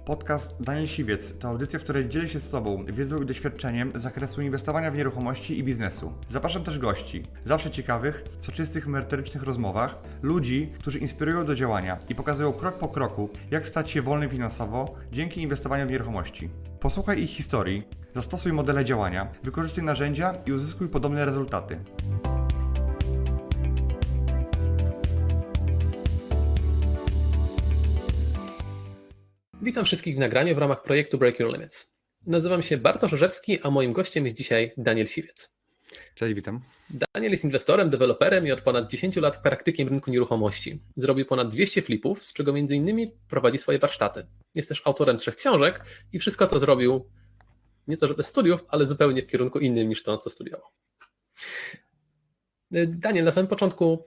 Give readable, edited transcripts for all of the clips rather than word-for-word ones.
Podcast Daniel Siwiec to audycja, w której dzielę się z Tobą wiedzą i doświadczeniem z zakresu inwestowania w nieruchomości i biznesu. Zapraszam też gości, zawsze ciekawych, w soczystych, merytorycznych rozmowach, ludzi, którzy inspirują do działania i pokazują krok po kroku, jak stać się wolnym finansowo dzięki inwestowaniu w nieruchomości. Posłuchaj ich historii, zastosuj modele działania, wykorzystuj narzędzia i uzyskuj podobne rezultaty. Witam wszystkich w nagraniu w ramach projektu Break Your Limits. Nazywam się Bartosz Orzewski, a moim gościem jest dzisiaj Daniel Siwiec. Cześć, witam. Daniel jest inwestorem, deweloperem i od ponad 10 lat praktykiem rynku nieruchomości. Zrobił ponad 200 flipów, z czego m.in. prowadzi swoje warsztaty. Jest też autorem 3 książek i wszystko to zrobił nie to, że bez studiów, ale zupełnie w kierunku innym niż to, co studiował. Daniel, na samym początku,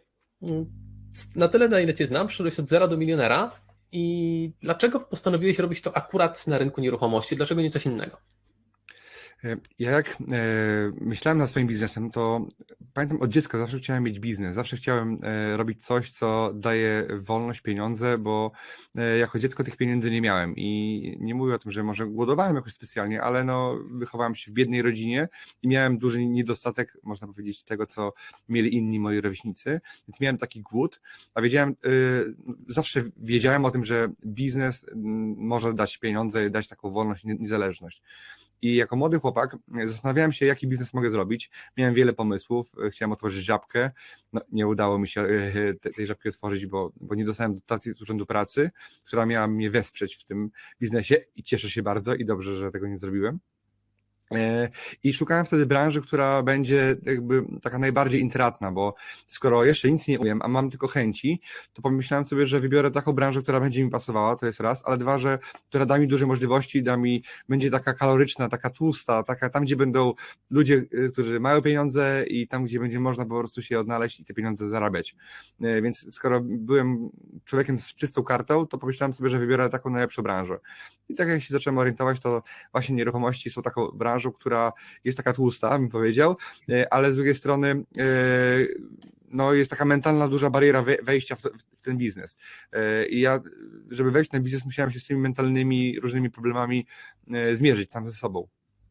na tyle, na ile Cię znam, przyszedłeś od zera do milionera. I dlaczego postanowiłeś robić to akurat na rynku nieruchomości? Dlaczego nie coś innego? Ja jak myślałem nad swoim biznesem, to pamiętam od dziecka zawsze chciałem mieć biznes, zawsze chciałem robić coś, co daje wolność, pieniądze, bo jako dziecko tych pieniędzy nie miałem i nie mówię o tym, że może głodowałem jakoś specjalnie, ale no wychowałem się w biednej rodzinie i miałem duży niedostatek, można powiedzieć, tego, co mieli inni moi rówieśnicy, więc miałem taki głód, a zawsze wiedziałem o tym, że biznes może dać pieniądze, dać taką wolność, niezależność. I jako młody chłopak zastanawiałem się, jaki biznes mogę zrobić. Miałem wiele pomysłów, chciałem otworzyć żabkę. No, nie udało mi się tej żabki otworzyć, bo nie dostałem dotacji z Urzędu Pracy, która miała mnie wesprzeć w tym biznesie i cieszę się bardzo i dobrze, że tego nie zrobiłem. I szukałem wtedy branży, która będzie jakby taka najbardziej intratna, bo skoro jeszcze nic nie umiem, a mam tylko chęci, to pomyślałem sobie, że wybiorę taką branżę, która będzie mi pasowała, to jest raz, ale dwa, że która da mi duże możliwości, będzie taka kaloryczna, taka tłusta, taka tam, gdzie będą ludzie, którzy mają pieniądze i tam, gdzie będzie można po prostu się odnaleźć i te pieniądze zarabiać. Więc skoro byłem człowiekiem z czystą kartą, to pomyślałem sobie, że wybiorę taką najlepszą branżę. I tak jak się zacząłem orientować, to właśnie nieruchomości są taką branżą, która jest taka tłusta, bym powiedział, ale z drugiej strony no jest taka mentalna duża bariera wejścia w ten biznes. I ja, żeby wejść w ten biznes, musiałem się z tymi mentalnymi różnymi problemami zmierzyć sam ze sobą.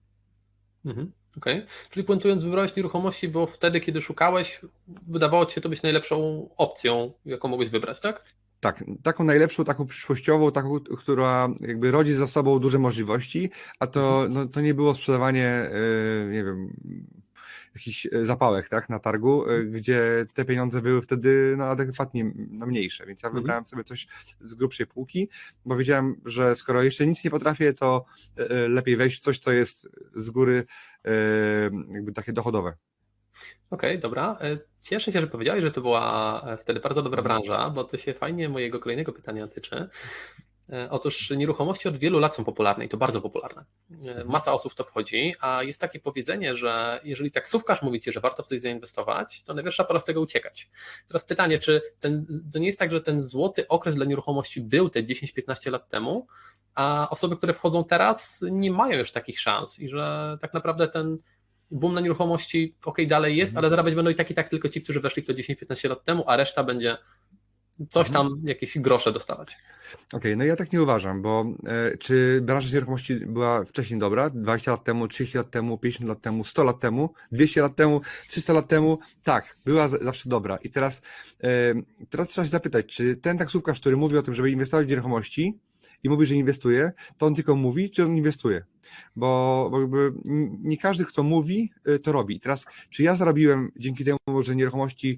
Okej. Czyli puentując, wybrałeś nieruchomości, bo wtedy, kiedy szukałeś, wydawało Ci się to być najlepszą opcją, jaką mogłeś wybrać, tak? Tak, taką najlepszą, taką przyszłościową, taką, która jakby rodzi za sobą duże możliwości, a to nie było sprzedawanie, nie wiem, jakichś zapałek, tak, na targu, gdzie te pieniądze były wtedy adekwatnie mniejsze, więc ja wybrałem sobie coś z grubszej półki, bo wiedziałem, że skoro jeszcze nic nie potrafię, to lepiej wejść w coś, co jest z góry jakby takie dochodowe. Okej, dobra. Cieszę się, że powiedziałeś, że to była wtedy bardzo dobra branża, bo to się fajnie mojego kolejnego pytania tyczy. Otóż nieruchomości od wielu lat są popularne i to bardzo popularne. Masa osób w to wchodzi, a jest takie powiedzenie, że jeżeli taksówkarz mówi Ci, że warto w coś zainwestować, to najwyższa pora z tego uciekać. Teraz pytanie, czy to nie jest tak, że ten złoty okres dla nieruchomości był te 10-15 lat temu, a osoby, które wchodzą teraz, nie mają już takich szans i że tak naprawdę ten boom na nieruchomości dalej jest, ale zarabiać będą i tak tylko ci, którzy weszli w to 10-15 lat temu, a reszta będzie coś tam, jakieś grosze dostawać. Okej, no ja tak nie uważam, bo czy branża nieruchomości była wcześniej dobra? 20 lat temu, 30 lat temu, 50 lat temu, 100 lat temu, 200 lat temu, 300 lat temu? Tak, była zawsze dobra. I teraz trzeba się zapytać, czy ten taksówkarz, który mówi o tym, żeby inwestować w nieruchomości i mówi, że inwestuje, to on tylko mówi, czy on inwestuje? Bo jakby nie każdy, kto mówi, to robi. I teraz, czy ja zarobiłem dzięki temu, że nieruchomości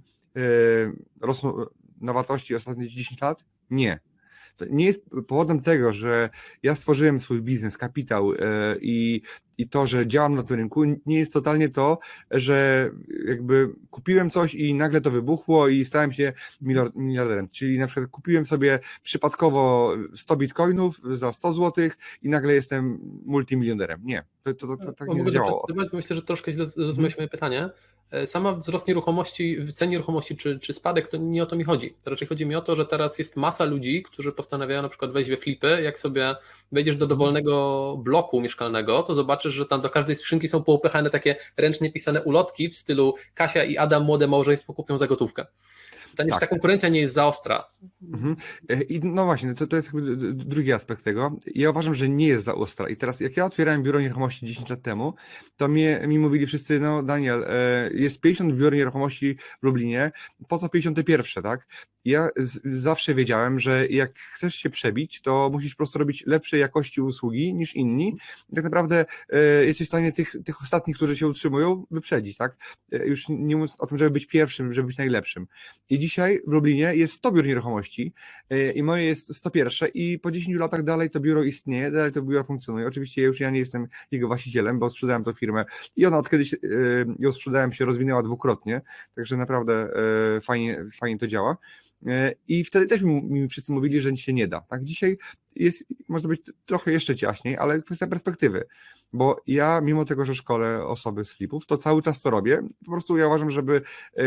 rosną na wartości ostatnie 10 lat? Nie. To nie jest powodem tego, że ja stworzyłem swój biznes, kapitał i to, że działam na tym rynku, nie jest totalnie to, że jakby kupiłem coś i nagle to wybuchło i stałem się miliarderem. Czyli na przykład kupiłem sobie przypadkowo 100 bitcoinów za 100 zł i nagle jestem multimilionerem. Nie, to tak nie zadziałało. Myślę, że troszkę źle zrozumiałeś moje pytanie. Sama wzrost nieruchomości, cen nieruchomości czy spadek, to nie o to mi chodzi. To raczej chodzi mi o to, że teraz jest masa ludzi, którzy postanawiają na przykład wejść we flipy. Jak sobie wejdziesz do dowolnego bloku mieszkalnego, to zobaczysz, że tam do każdej skrzynki są poupychane takie ręcznie pisane ulotki w stylu Kasia i Adam, młode małżeństwo kupią za gotówkę. Pytanie, czy ta konkurencja nie jest za ostra? Mhm. I no właśnie, to jest jakby drugi aspekt tego. Ja uważam, że nie jest za ostra. I teraz, jak ja otwierałem biuro nieruchomości 10 lat temu, to mi mówili wszyscy, no Daniel, jest 50 biur nieruchomości w Lublinie, po co 51, tak? Ja zawsze wiedziałem, że jak chcesz się przebić, to musisz po prostu robić lepszej jakości usługi niż inni. I tak naprawdę jesteś w stanie tych ostatnich, którzy się utrzymują, wyprzedzić, tak? Już nie mówiąc o tym, żeby być pierwszym, żeby być najlepszym. I dzisiaj w Lublinie jest 100 biur nieruchomości i moje jest 101 i po 10 latach dalej to biuro istnieje, dalej to biuro funkcjonuje. Oczywiście ja nie jestem jego właścicielem, bo sprzedałem tą firmę i ona od kiedyś ją sprzedałem się rozwinęła dwukrotnie, także naprawdę fajnie to działa. I wtedy też mi wszyscy mówili, że się nie da. Tak? Dzisiaj można być trochę jeszcze ciaśniej, ale kwestia perspektywy. Bo ja, mimo tego, że szkolę osoby z flipów, to cały czas to robię. Po prostu ja uważam, żeby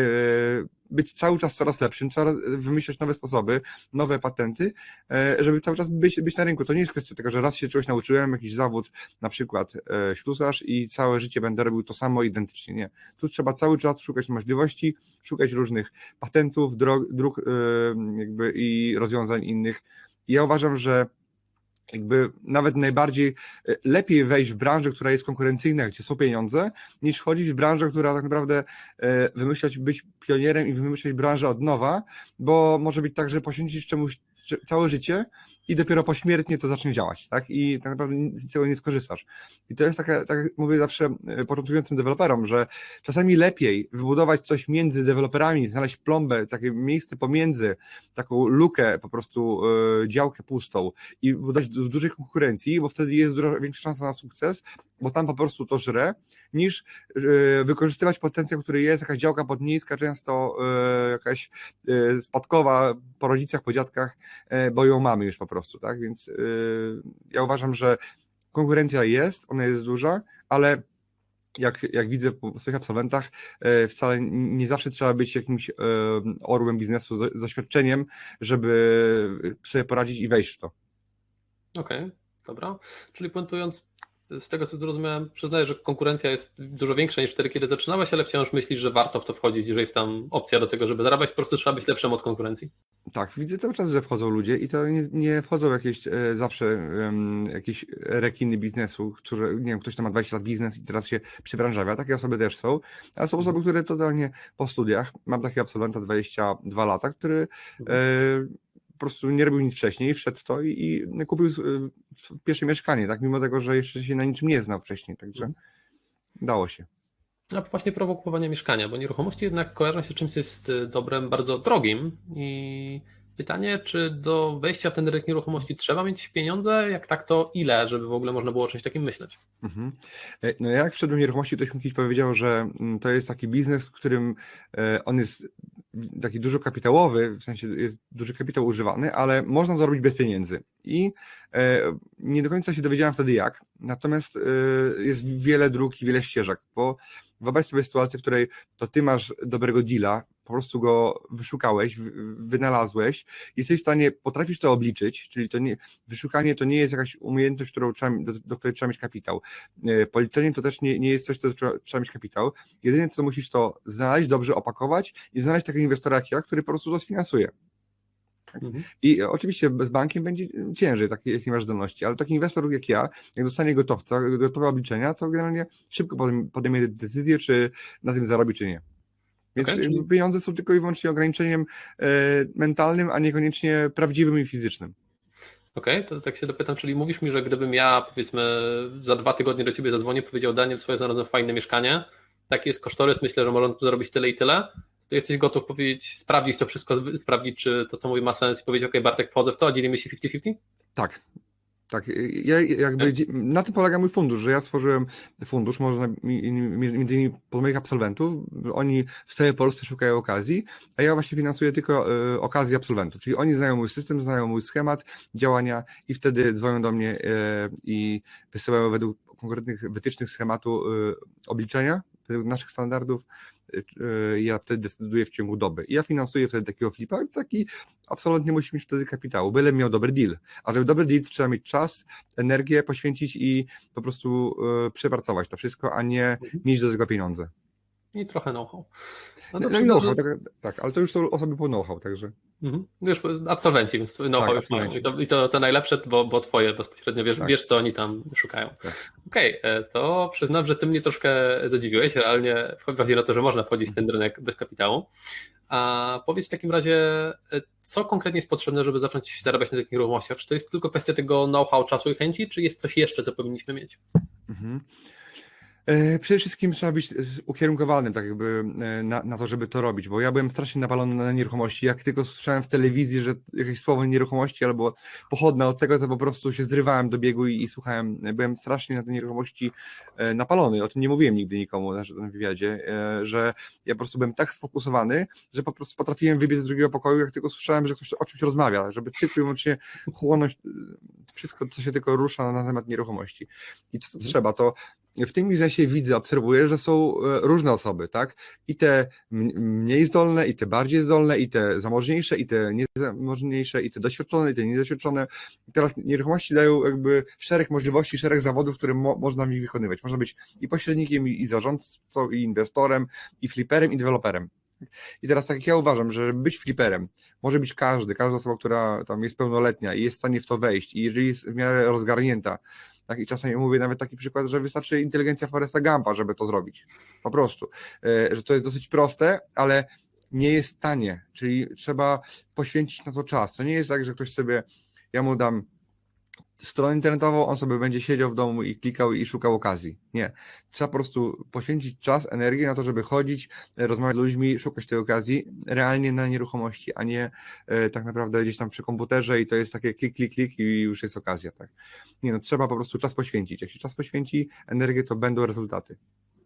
być cały czas coraz lepszym, wymyślać nowe sposoby, nowe patenty, żeby cały czas być na rynku. To nie jest kwestia tego, że raz się czegoś nauczyłem, jakiś zawód, na przykład ślusarz i całe życie będę robił to samo identycznie. Nie. Tu trzeba cały czas szukać możliwości, szukać różnych patentów, dróg jakby i rozwiązań innych. I ja uważam, że jakby nawet najbardziej lepiej wejść w branżę, która jest konkurencyjna, gdzie są pieniądze, niż wchodzić w branżę, która tak naprawdę być pionierem i wymyślać branżę od nowa, bo może być tak, że poświęcisz czemuś całe życie i dopiero pośmiertnie to zacznie działać, tak? I tak naprawdę z tego nie skorzystasz. I to jest tak jak mówię zawsze początkującym deweloperom, że czasami lepiej wybudować coś między deweloperami, znaleźć plombę, takie miejsce pomiędzy, taką lukę, po prostu działkę pustą i budować w dużej konkurencji, bo wtedy jest dużo większa szansa na sukces, bo tam po prostu to żre, niż wykorzystywać potencjał, który jest, jakaś działka podniska, często jakaś spadkowa po rodzicach, po dziadkach, bo ją mamy już po prostu, tak? Więc ja uważam, że konkurencja jest, ona jest duża, ale jak widzę po swoich absolwentach, wcale nie zawsze trzeba być jakimś orłem biznesu z doświadczeniem, żeby sobie poradzić i wejść w to. Okej, dobra. Czyli puentując, z tego co zrozumiałem, przyznaję, że konkurencja jest dużo większa niż wtedy, kiedy zaczynałeś, ale wciąż myślisz, że warto w to wchodzić, że jest tam opcja do tego, żeby zarabiać, po prostu trzeba być lepszym od konkurencji. Tak, widzę cały czas, że wchodzą ludzie i to nie wchodzą jakieś zawsze jakieś rekiny biznesu, którzy, nie wiem, ktoś tam ma 20 lat biznes i teraz się przebranżawia. Takie osoby też są, ale są osoby, które totalnie po studiach, mam takiego absolwenta 22 lata, który po prostu nie robił nic wcześniej, wszedł w to i kupił pierwsze mieszkanie, tak, mimo tego, że jeszcze się na niczym nie znał wcześniej, także dało się. A właśnie prowokowanie mieszkania, bo nieruchomości jednak kojarzą się z czymś, co jest dobrem bardzo drogim i pytanie, czy do wejścia w ten rynek nieruchomości trzeba mieć pieniądze? Jak tak, to ile, żeby w ogóle można było o czymś takim myśleć? Mhm. No jak wszedłem w nieruchomości, ktoś mi kiedyś powiedział, że to jest taki biznes, w którym on jest taki dużo kapitałowy, w sensie jest duży kapitał używany, ale można to robić bez pieniędzy. I nie do końca się dowiedziałem wtedy jak, natomiast jest wiele dróg i wiele ścieżek, bo wyobraź sobie sytuację, w której to ty masz dobrego deala, po prostu go wyszukałeś, wynalazłeś, jesteś w stanie, potrafisz to obliczyć, czyli wyszukanie to nie jest jakaś umiejętność, do której trzeba mieć kapitał. Policzenie to też nie jest coś, do czego trzeba mieć kapitał. Jedyne co musisz, to znaleźć, dobrze opakować i znaleźć takiego inwestora jak ja, który po prostu to sfinansuje. I oczywiście z bankiem będzie ciężej, jakie masz zdolności, ale taki inwestor jak ja, jak dostanie gotowe obliczenia, to generalnie szybko podejmie decyzję, czy na tym zarobi, czy nie. Więc pieniądze są tylko i wyłącznie ograniczeniem mentalnym, a niekoniecznie prawdziwym i fizycznym. Okej, to tak się dopytam, czyli mówisz mi, że gdybym ja, powiedzmy, za 2 tygodnie do ciebie zadzwonił, powiedział: Daniel, swoje znalazłem fajne mieszkanie, taki jest kosztorys, myślę, że można zarobić tyle i tyle, to jesteś gotów powiedzieć, sprawdzić to wszystko, sprawdzić, czy to, co mówię, ma sens i powiedzieć: ok, Bartek, wchodzę w to, a dzielimy się 50-50? Tak. Tak, na tym polega mój fundusz, że ja stworzyłem fundusz, można między innymi pod moich absolwentów, oni w całej Polsce szukają okazji, a ja właśnie finansuję tylko okazje absolwentów, czyli oni znają mój system, znają mój schemat działania i wtedy dzwonią do mnie i wysyłają według konkretnych wytycznych schematu obliczenia, według naszych standardów. Ja wtedy decyduję w ciągu doby. I ja finansuję wtedy takiego flipa i taki absolutnie nie musi mieć wtedy kapitału, byle miał dobry deal. A żeby dobry deal, trzeba mieć czas, energię poświęcić i po prostu przepracować to wszystko, a nie mieć do tego pieniądze. I trochę know-how. No i know-how, tak, ale to już są osoby po know-how, także. Już absolwenci, więc know-how już mają. I to najlepsze, bo twoje bezpośrednio wiesz, co oni tam szukają. Tak. Okej, to przyznam, że ty mnie troszkę zadziwiłeś. Realnie wchodzi na to, że można wchodzić w ten rynek bez kapitału. A powiedz w takim razie, co konkretnie jest potrzebne, żeby zacząć zarabiać na takich nieruchomościach? Czy to jest tylko kwestia tego know-how, czasu i chęci, czy jest coś jeszcze, co powinniśmy mieć? Przede wszystkim trzeba być ukierunkowanym tak jakby na to, żeby to robić, bo ja byłem strasznie napalony na nieruchomości. Jak tylko słyszałem w telewizji, że jakieś słowo nieruchomości albo pochodne od tego, to po prostu się zrywałem do biegu i słuchałem. Byłem strasznie na te nieruchomości napalony. O tym nie mówiłem nigdy nikomu na tym wywiadzie, że ja po prostu byłem tak sfokusowany, że po prostu potrafiłem wybiec z drugiego pokoju, jak tylko słyszałem, że ktoś o czymś rozmawia, żeby tylko i wyłącznie chłonąć wszystko, co się tylko rusza na temat nieruchomości. I co trzeba, to w tym biznesie widzę, obserwuję, że są różne osoby, tak? I te mniej zdolne, i te bardziej zdolne, i te zamożniejsze, i te niezamożniejsze, i te doświadczone, i te niedoświadczone. I teraz nieruchomości dają jakby szereg możliwości, szereg zawodów, które można w nich wykonywać. Można być i pośrednikiem, i zarządcą, i inwestorem, i fliperem, i deweloperem. I teraz tak jak ja uważam, że żeby być fliperem, może być każda osoba, która tam jest pełnoletnia i jest w stanie w to wejść, i jeżeli jest w miarę rozgarnięta, tak, i czasami mówię nawet taki przykład, że wystarczy inteligencja Foresta Gumpa, żeby to zrobić. Po prostu. Że to jest dosyć proste, ale nie jest tanie, czyli trzeba poświęcić na to czas. To nie jest tak, że ktoś sobie, ja mu dam stronę internetową, on sobie będzie siedział w domu i klikał i szukał okazji. Nie. Trzeba po prostu poświęcić czas, energię na to, żeby chodzić, rozmawiać z ludźmi, szukać tej okazji realnie na nieruchomości, a nie tak naprawdę gdzieś tam przy komputerze i to jest takie klik i już jest okazja. Tak? Nie, no trzeba po prostu czas poświęcić. Jak się czas poświęci, energię, to będą rezultaty.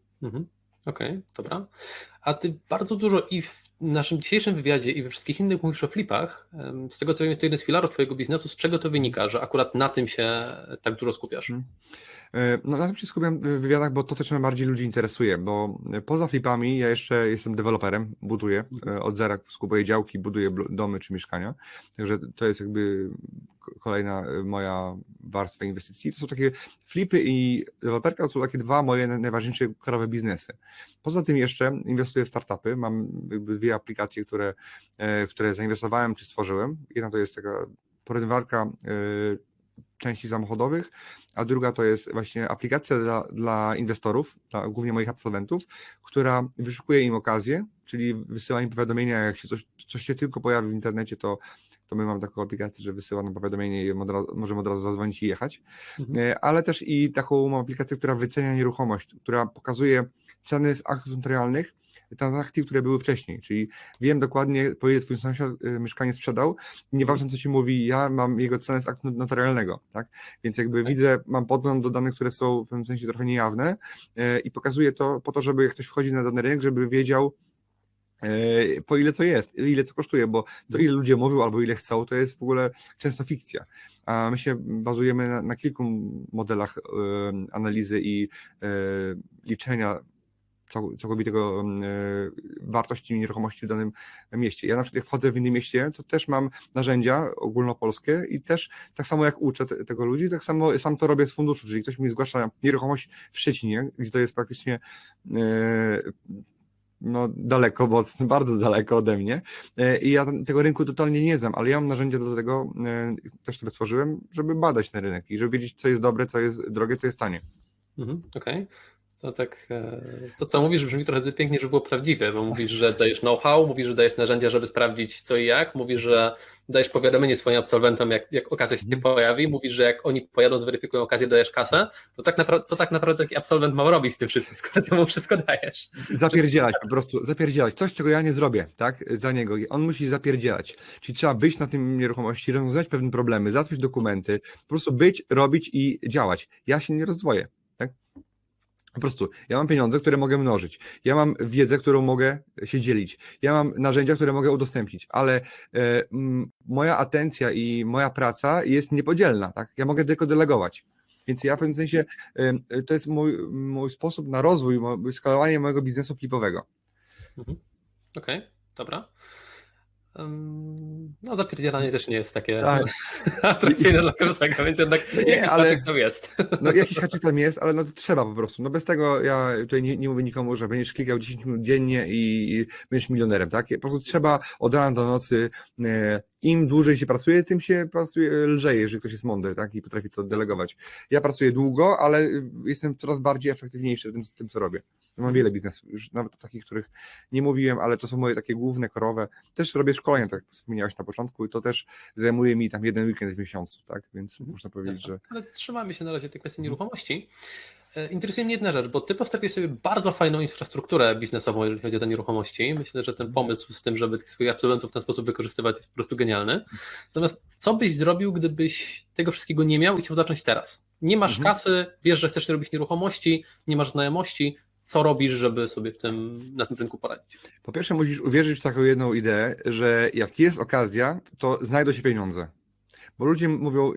Okej, dobra. A ty bardzo dużo i w naszym dzisiejszym wywiadzie i we wszystkich innych mówisz o flipach. Z tego co wiem, jest to jeden z filarów twojego biznesu. Z czego to wynika, że akurat na tym się tak dużo skupiasz? No, na tym się skupiam w wywiadach, bo to też najbardziej ludzi interesuje, bo poza flipami ja jeszcze jestem deweloperem, buduję od zera, skupuję działki, buduję domy czy mieszkania, także to jest jakby kolejna moja warstwa inwestycji. To są takie flipy i deweloperka, to są takie dwa moje najważniejsze krajowe biznesy. Poza tym jeszcze inwestuję w startupy, mam jakby dwie aplikacje, w które zainwestowałem czy stworzyłem. Jedna to jest taka poręczarka części samochodowych, a druga to jest właśnie aplikacja dla inwestorów, głównie moich absolwentów, która wyszukuje im okazję, czyli wysyła im powiadomienia, jak się coś się tylko pojawi w internecie, to my mamy taką aplikację, że wysyła nam powiadomienie i możemy od razu zadzwonić i jechać, ale też i taką mam aplikację, która wycenia nieruchomość, która pokazuje ceny z aktów notarialnych, transakcji, które były wcześniej, czyli wiem dokładnie, po ile twój sąsiad mieszkanie sprzedał, nieważne co ci mówi, ja mam jego cenę z aktu notarialnego, tak? Więc jakby widzę, mam podgląd do danych, które są w pewnym sensie trochę niejawne i pokazuję to po to, żeby jak ktoś wchodzi na dany rynek, żeby wiedział, po ile co jest, ile co kosztuje, bo to ile ludzie mówią albo ile chcą, to jest w ogóle często fikcja. A my się bazujemy na kilku modelach analizy i liczenia całkowitego wartości nieruchomości w danym mieście. Ja na przykład jak wchodzę w innym mieście, to też mam narzędzia ogólnopolskie i też tak samo jak uczę tego ludzi, tak samo sam to robię z funduszu, czyli ktoś mi zgłasza nieruchomość w Szczecinie, gdzie to jest praktycznie daleko, bo bardzo daleko ode mnie i ja tego rynku totalnie nie znam, ale ja mam narzędzia do tego, też które stworzyłem, żeby badać ten rynek i żeby wiedzieć, co jest dobre, co jest drogie, co jest tanie. Okej. To tak, to co mówisz brzmi trochę zbyt pięknie, żeby było prawdziwe, bo mówisz, że dajesz know-how, mówisz, że dajesz narzędzia, żeby sprawdzić co i jak, mówisz, że dajesz powiadomienie swoim absolwentom, jak okazja się pojawi, mówisz, że jak oni pojadą, zweryfikują okazję, dajesz kasę, to co tak naprawdę taki absolwent ma robić w tym wszystkim, skoro ty mu wszystko dajesz? Zapierdzielać po prostu, zapierdzielać. Coś, czego ja nie zrobię, tak, za niego. On musi zapierdzielać. Czyli trzeba być na tym nieruchomości, rozwiązać pewne problemy, załatwić dokumenty, po prostu być, robić i działać. Ja się nie rozdwoję, tak? Po prostu, ja mam pieniądze, które mogę mnożyć, ja mam wiedzę, którą mogę się dzielić, ja mam narzędzia, które mogę udostępnić, ale moja atencja i moja praca jest niepodzielna, tak? Ja mogę tylko delegować, więc ja w pewnym sensie, to jest mój sposób na rozwój, skalowanie mojego biznesu flipowego. Okej, dobra. No zapierdzielanie też nie jest takie Tak. atrakcyjne dla każdego, więc jednak jakiś haczyk tam jest. No jakiś haczyk tam jest, ale no to trzeba po prostu. No bez tego ja tutaj nie mówię nikomu, że będziesz klikał 10 minut dziennie i będziesz milionerem, tak? Po prostu trzeba od rana do nocy, im dłużej się pracuje, tym się pracuje lżej, jeżeli ktoś jest mądry, tak? I potrafi to delegować. Ja pracuję długo, ale jestem coraz bardziej efektywniejszy w tym co robię. Mam wiele biznesów, już nawet takich, których nie mówiłem, ale to są moje takie główne, korowe. Też robię szkolenia, tak jak wspomniałeś na początku, i to też zajmuje mi tam jeden weekend w miesiącu, tak? Więc można powiedzieć, że... Ale trzymamy się na razie tej kwestii nieruchomości. Interesuje mnie jedna rzecz, bo ty postawiłeś sobie bardzo fajną infrastrukturę biznesową, jeżeli chodzi o te nieruchomości. Myślę, że ten pomysł z tym, żeby tych swoich absolwentów w ten sposób wykorzystywać, jest po prostu genialny. Natomiast co byś zrobił, gdybyś tego wszystkiego nie miał i chciał zacząć teraz? Nie masz kasy, wiesz, że chcesz robić nieruchomości, nie masz znajomości. Co robisz, żeby sobie na tym rynku poradzić? Po pierwsze musisz uwierzyć w taką jedną ideę, że jak jest okazja, to znajdą się pieniądze. Bo ludzie mówią,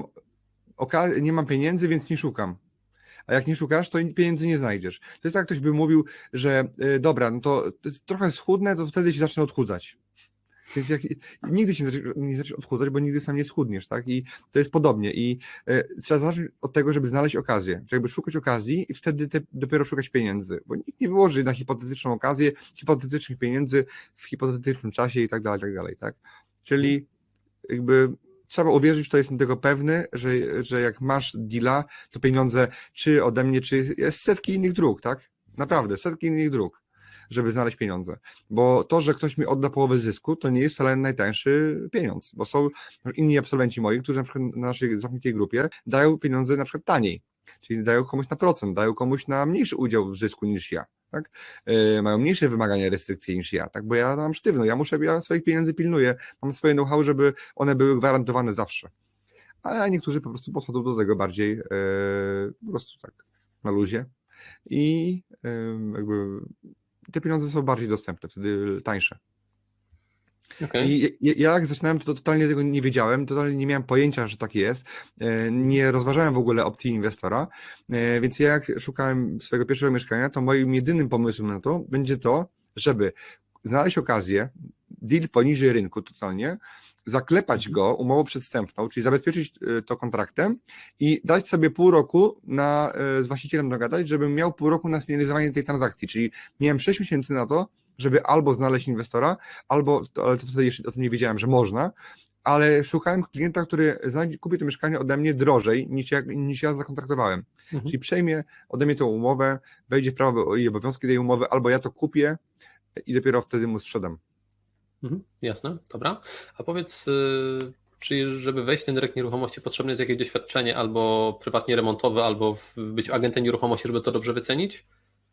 nie mam pieniędzy, więc nie szukam. A jak nie szukasz, to pieniędzy nie znajdziesz. To jest tak, jak ktoś by mówił, że dobra, no to jest trochę schudnę, to wtedy się zacznę odchudzać. Więc nigdy się nie zaczniesz odchudzać, bo nigdy sam nie schudniesz, tak? I to jest podobnie. I trzeba zacząć od tego, żeby znaleźć okazję. Czyli jakby szukać okazji i wtedy dopiero szukać pieniędzy. Bo nikt nie wyłoży na hipotetyczną okazję, hipotetycznych pieniędzy w hipotetycznym czasie i tak dalej, tak? Czyli jakby trzeba uwierzyć, to jestem tego pewny, że jak masz deala, to pieniądze czy ode mnie, czy jest setki innych dróg, tak? Naprawdę, setki innych dróg, żeby znaleźć pieniądze. Bo to, że ktoś mi odda połowę zysku, to nie jest wcale najtańszy pieniądz, bo są inni absolwenci moi, którzy na przykład na naszej zamkniętej grupie dają pieniądze na przykład taniej, czyli dają komuś na procent, dają komuś na mniejszy udział w zysku niż ja. Tak? Mają mniejsze wymagania restrykcyjne niż ja, tak? Bo ja mam sztywno, ja swoich pieniędzy pilnuję, mam swoje know-how, żeby one były gwarantowane zawsze. A niektórzy po prostu podchodzą do tego bardziej po prostu tak na luzie i jakby te pieniądze są bardziej dostępne, wtedy tańsze. Okay. I ja jak zaczynałem, to totalnie tego nie wiedziałem, totalnie nie miałem pojęcia, że tak jest. Nie rozważałem w ogóle opcji inwestora, więc ja jak szukałem swojego pierwszego mieszkania, to moim jedynym pomysłem na to będzie to, żeby znaleźć okazję, deal poniżej rynku totalnie, zaklepać go umową przedwstępną, czyli zabezpieczyć to kontraktem i dać sobie pół roku z właścicielem dogadać, żebym miał pół roku na sfinalizowanie tej transakcji, czyli miałem 6 miesięcy na to, żeby albo znaleźć inwestora, ale to wtedy jeszcze o tym nie wiedziałem, że można, ale szukałem klienta, który kupi to mieszkanie ode mnie drożej niż ja zakontraktowałem. Czyli przejmie ode mnie tą umowę, wejdzie w prawo i obowiązki tej umowy, albo ja to kupię i dopiero wtedy mu sprzedam. Jasne, dobra. A powiedz, czy żeby wejść w ten rynek nieruchomości potrzebne jest jakieś doświadczenie albo prywatnie remontowe, albo być agentem nieruchomości, żeby to dobrze wycenić?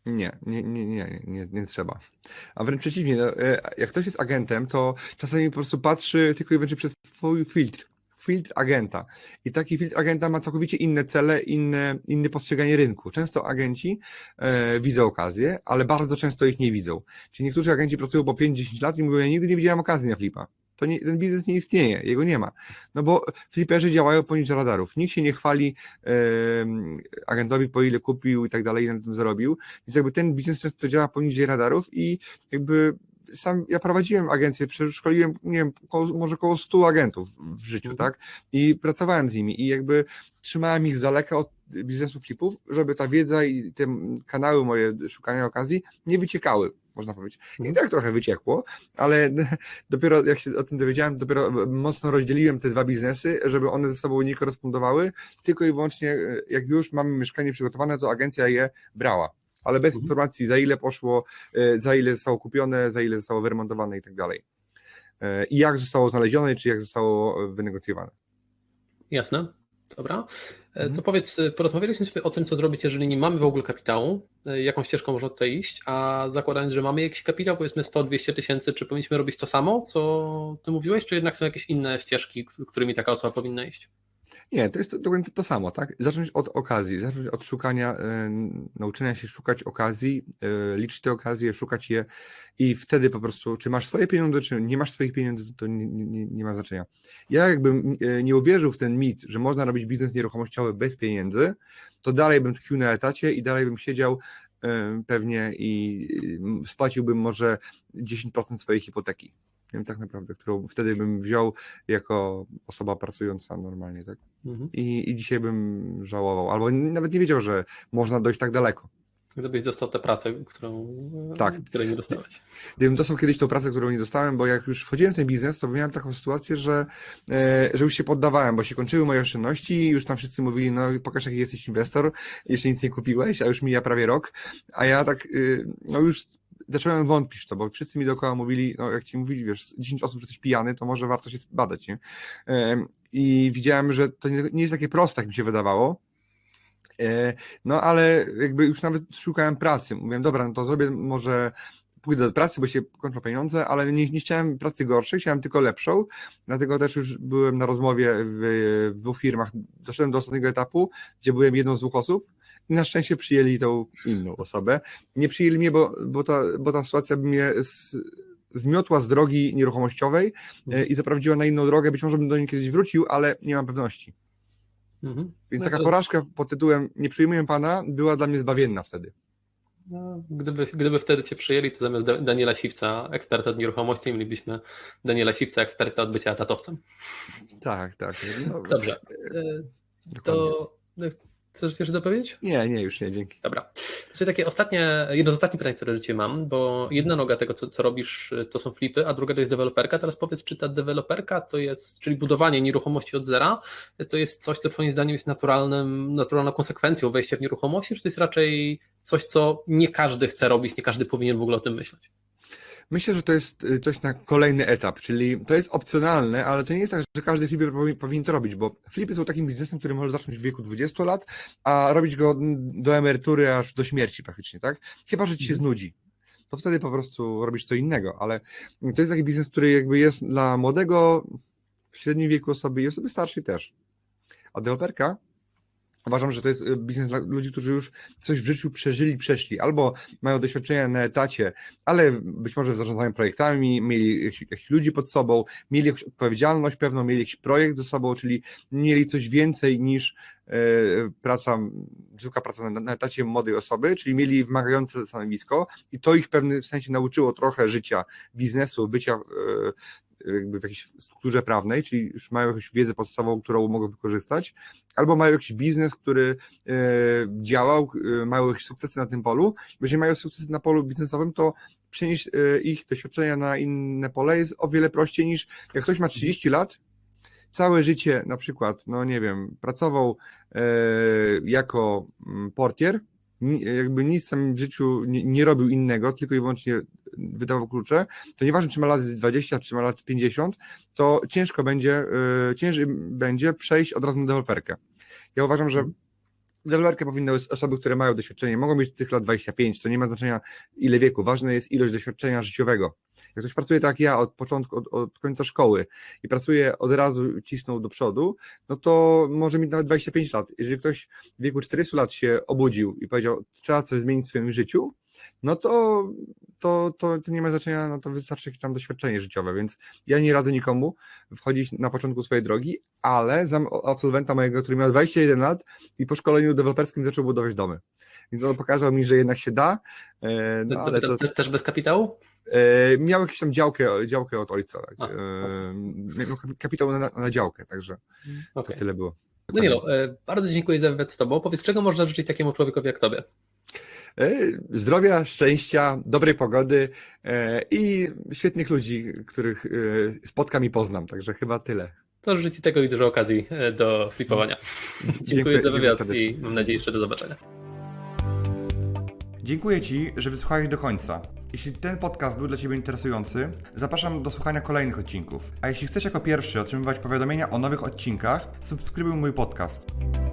Nie trzeba. A wręcz przeciwnie, no, jak ktoś jest agentem, to czasami po prostu patrzy tylko i wyłącznie przez swój filtr agenta. I taki filtr agenta ma całkowicie inne cele, inne postrzeganie rynku. Często agenci widzą okazję, ale bardzo często ich nie widzą. Czyli niektórzy agenci pracują po 5-10 lat i mówią, ja nigdy nie widziałem okazji na flipa. Ten biznes nie istnieje, jego nie ma. No bo fliperzy działają poniżej radarów. Nikt się nie chwali agentowi, po ile kupił i tak dalej, ile na tym zarobił. Więc jakby ten biznes często działa poniżej radarów i jakby sam ja prowadziłem agencję, przeszkoliłem, nie wiem, może około 100 agentów w życiu, tak? I pracowałem z nimi i jakby trzymałem ich z daleka od biznesu flipów, żeby ta wiedza i te kanały moje szukania okazji nie wyciekały, można powiedzieć. I tak trochę wyciekło, ale dopiero jak się o tym dowiedziałem, dopiero mocno rozdzieliłem te dwa biznesy, żeby one ze sobą nie korespondowały, tylko i wyłącznie jak już mamy mieszkanie przygotowane, to agencja je brała. Ale bez informacji, za ile poszło, za ile zostało kupione, za ile zostało wyremontowane i tak dalej. I jak zostało znalezione, czy jak zostało wynegocjowane. Jasne, dobra. To powiedz, porozmawialiśmy sobie o tym, co zrobić, jeżeli nie mamy w ogóle kapitału, jaką ścieżką można tutaj iść, a zakładając, że mamy jakiś kapitał, powiedzmy 100-200 tysięcy, czy powinniśmy robić to samo, co ty mówiłeś, czy jednak są jakieś inne ścieżki, którymi taka osoba powinna iść? Nie, to jest dokładnie to samo, tak? Zacząć od okazji, zacząć od szukania, nauczenia się szukać okazji, liczyć te okazje, szukać je i wtedy po prostu, czy masz swoje pieniądze, czy nie masz swoich pieniędzy, to nie ma znaczenia. Ja jakbym nie uwierzył w ten mit, że można robić biznes nieruchomościowy bez pieniędzy, to dalej bym tkwił na etacie i dalej bym siedział pewnie i spłaciłbym może 10% swojej hipoteki. nie wiem, tak naprawdę, którą wtedy bym wziął jako osoba pracująca normalnie, tak? I dzisiaj bym żałował, albo nawet nie wiedział, że można dojść tak daleko. Gdybyś dostał tę pracę, której nie dostałeś. Gdybym dostał kiedyś tą pracę, którą nie dostałem, bo jak już wchodziłem w ten biznes, to miałem taką sytuację, że już się poddawałem, bo się kończyły moje oszczędności, już tam wszyscy mówili, no pokaż jaki jesteś inwestor, jeszcze nic nie kupiłeś, a już mija prawie rok, a ja tak, no już zacząłem wątpić w to, bo wszyscy mi dookoła mówili, no jak ci mówili, wiesz, 10 osób, że jesteś pijany, to może warto się badać, nie? I widziałem, że to nie jest takie proste, jak mi się wydawało. No ale jakby już nawet szukałem pracy. Mówiłem, dobra, no to zrobię, może pójdę do pracy, bo się kończą pieniądze, ale nie chciałem pracy gorszej, chciałem tylko lepszą, dlatego też już byłem na rozmowie w 2 firmach. Doszedłem do ostatniego etapu, gdzie byłem jedną z 2 osób i na szczęście przyjęli tą inną osobę. Nie przyjęli mnie, bo ta sytuacja mnie zmiotła z drogi nieruchomościowej i zaprowadziła na inną drogę. Być może bym do niej kiedyś wrócił, ale nie mam pewności. Więc taka porażka pod tytułem nie przyjmuję pana była dla mnie zbawienna wtedy. No, gdyby wtedy cię przyjęli, to zamiast Daniela Siwca, eksperta od nieruchomości, mielibyśmy Daniela Siwca, eksperta od bycia etatowcem. Tak. No, dobrze. To chcesz jeszcze dopowiedzieć? Nie, już nie, dzięki. Dobra. Czyli takie jedno z ostatnich pytań, które dzisiaj mam, bo jedna noga tego, co robisz, to są flipy, a druga to jest deweloperka. Teraz powiedz, czy ta deweloperka to jest, czyli budowanie nieruchomości od zera, to jest coś, co twoim zdaniem jest naturalną konsekwencją wejścia w nieruchomości, czy to jest raczej coś, co nie każdy chce robić, nie każdy powinien w ogóle o tym myśleć? Myślę, że to jest coś na kolejny etap, czyli to jest opcjonalne, ale to nie jest tak, że każdy flipper powinien to robić, bo flipy są takim biznesem, który może zacząć w wieku 20 lat, a robić go do emerytury aż do śmierci praktycznie, tak? Chyba, że ci się znudzi. To wtedy po prostu robisz co innego, ale to jest taki biznes, który jakby jest dla młodego, w średnim wieku osoby i osoby starszej też. A deweloperka? Uważam, że to jest biznes dla ludzi, którzy już coś w życiu przeszli, albo mają doświadczenia na etacie, ale być może w zarządzaniu projektami, mieli jakichś ludzi pod sobą, mieli jakąś odpowiedzialność pewną, mieli jakiś projekt ze sobą, czyli mieli coś więcej niż zwykła praca na etacie młodej osoby, czyli mieli wymagające stanowisko i to ich w pewnym sensie nauczyło trochę życia, biznesu, bycia jakby w jakiejś strukturze prawnej, czyli już mają jakąś wiedzę podstawową, którą mogą wykorzystać, albo mają jakiś biznes, który działał, mają jakieś sukcesy na tym polu. Jeżeli mają sukcesy na polu biznesowym, to przenieść ich doświadczenia na inne pole jest o wiele prościej niż jak ktoś ma 30 lat, całe życie na przykład, no nie wiem, pracował jako portier, jakby nic w samym życiu nie robił innego, tylko i wyłącznie wydawał klucze, to nieważne, czy ma lat 20, czy ma lat 50, to ciężej będzie przejść od razu na deweloperkę. Ja uważam, że deweloperkę powinny być osoby, które mają doświadczenie, mogą być tych lat 25, to nie ma znaczenia ile wieku, ważna jest ilość doświadczenia życiowego. Jak ktoś pracuje tak jak ja od początku, od końca szkoły i pracuje od razu cisnął do przodu, no to może mieć nawet 25 lat. Jeżeli ktoś w wieku 40 lat się obudził i powiedział, trzeba coś zmienić w swoim życiu, no to nie ma znaczenia, no to wystarczy jakieś tam doświadczenie życiowe, więc ja nie radzę nikomu wchodzić na początku swojej drogi, ale znam absolwenta mojego, który miał 21 lat i po szkoleniu deweloperskim zaczął budować domy. Więc on pokazał mi, że jednak się da. No, ale też bez kapitału? Miał jakąś tam działkę od ojca. Tak. Miał kapitał na działkę, także to tyle było. Danielu, bardzo dziękuję za wywiad z Tobą. Powiedz, czego można życzyć takiemu człowiekowi jak Tobie? Zdrowia, szczęścia, dobrej pogody i świetnych ludzi, których spotkam i poznam, także chyba tyle. To życzę Ci tego i dużo okazji do flipowania. Dziękuję za wywiad i mam nadzieję jeszcze do zobaczenia. Dziękuję Ci, że wysłuchałeś do końca. Jeśli ten podcast był dla Ciebie interesujący, zapraszam do słuchania kolejnych odcinków. A jeśli chcesz jako pierwszy otrzymywać powiadomienia o nowych odcinkach, subskrybuj mój podcast.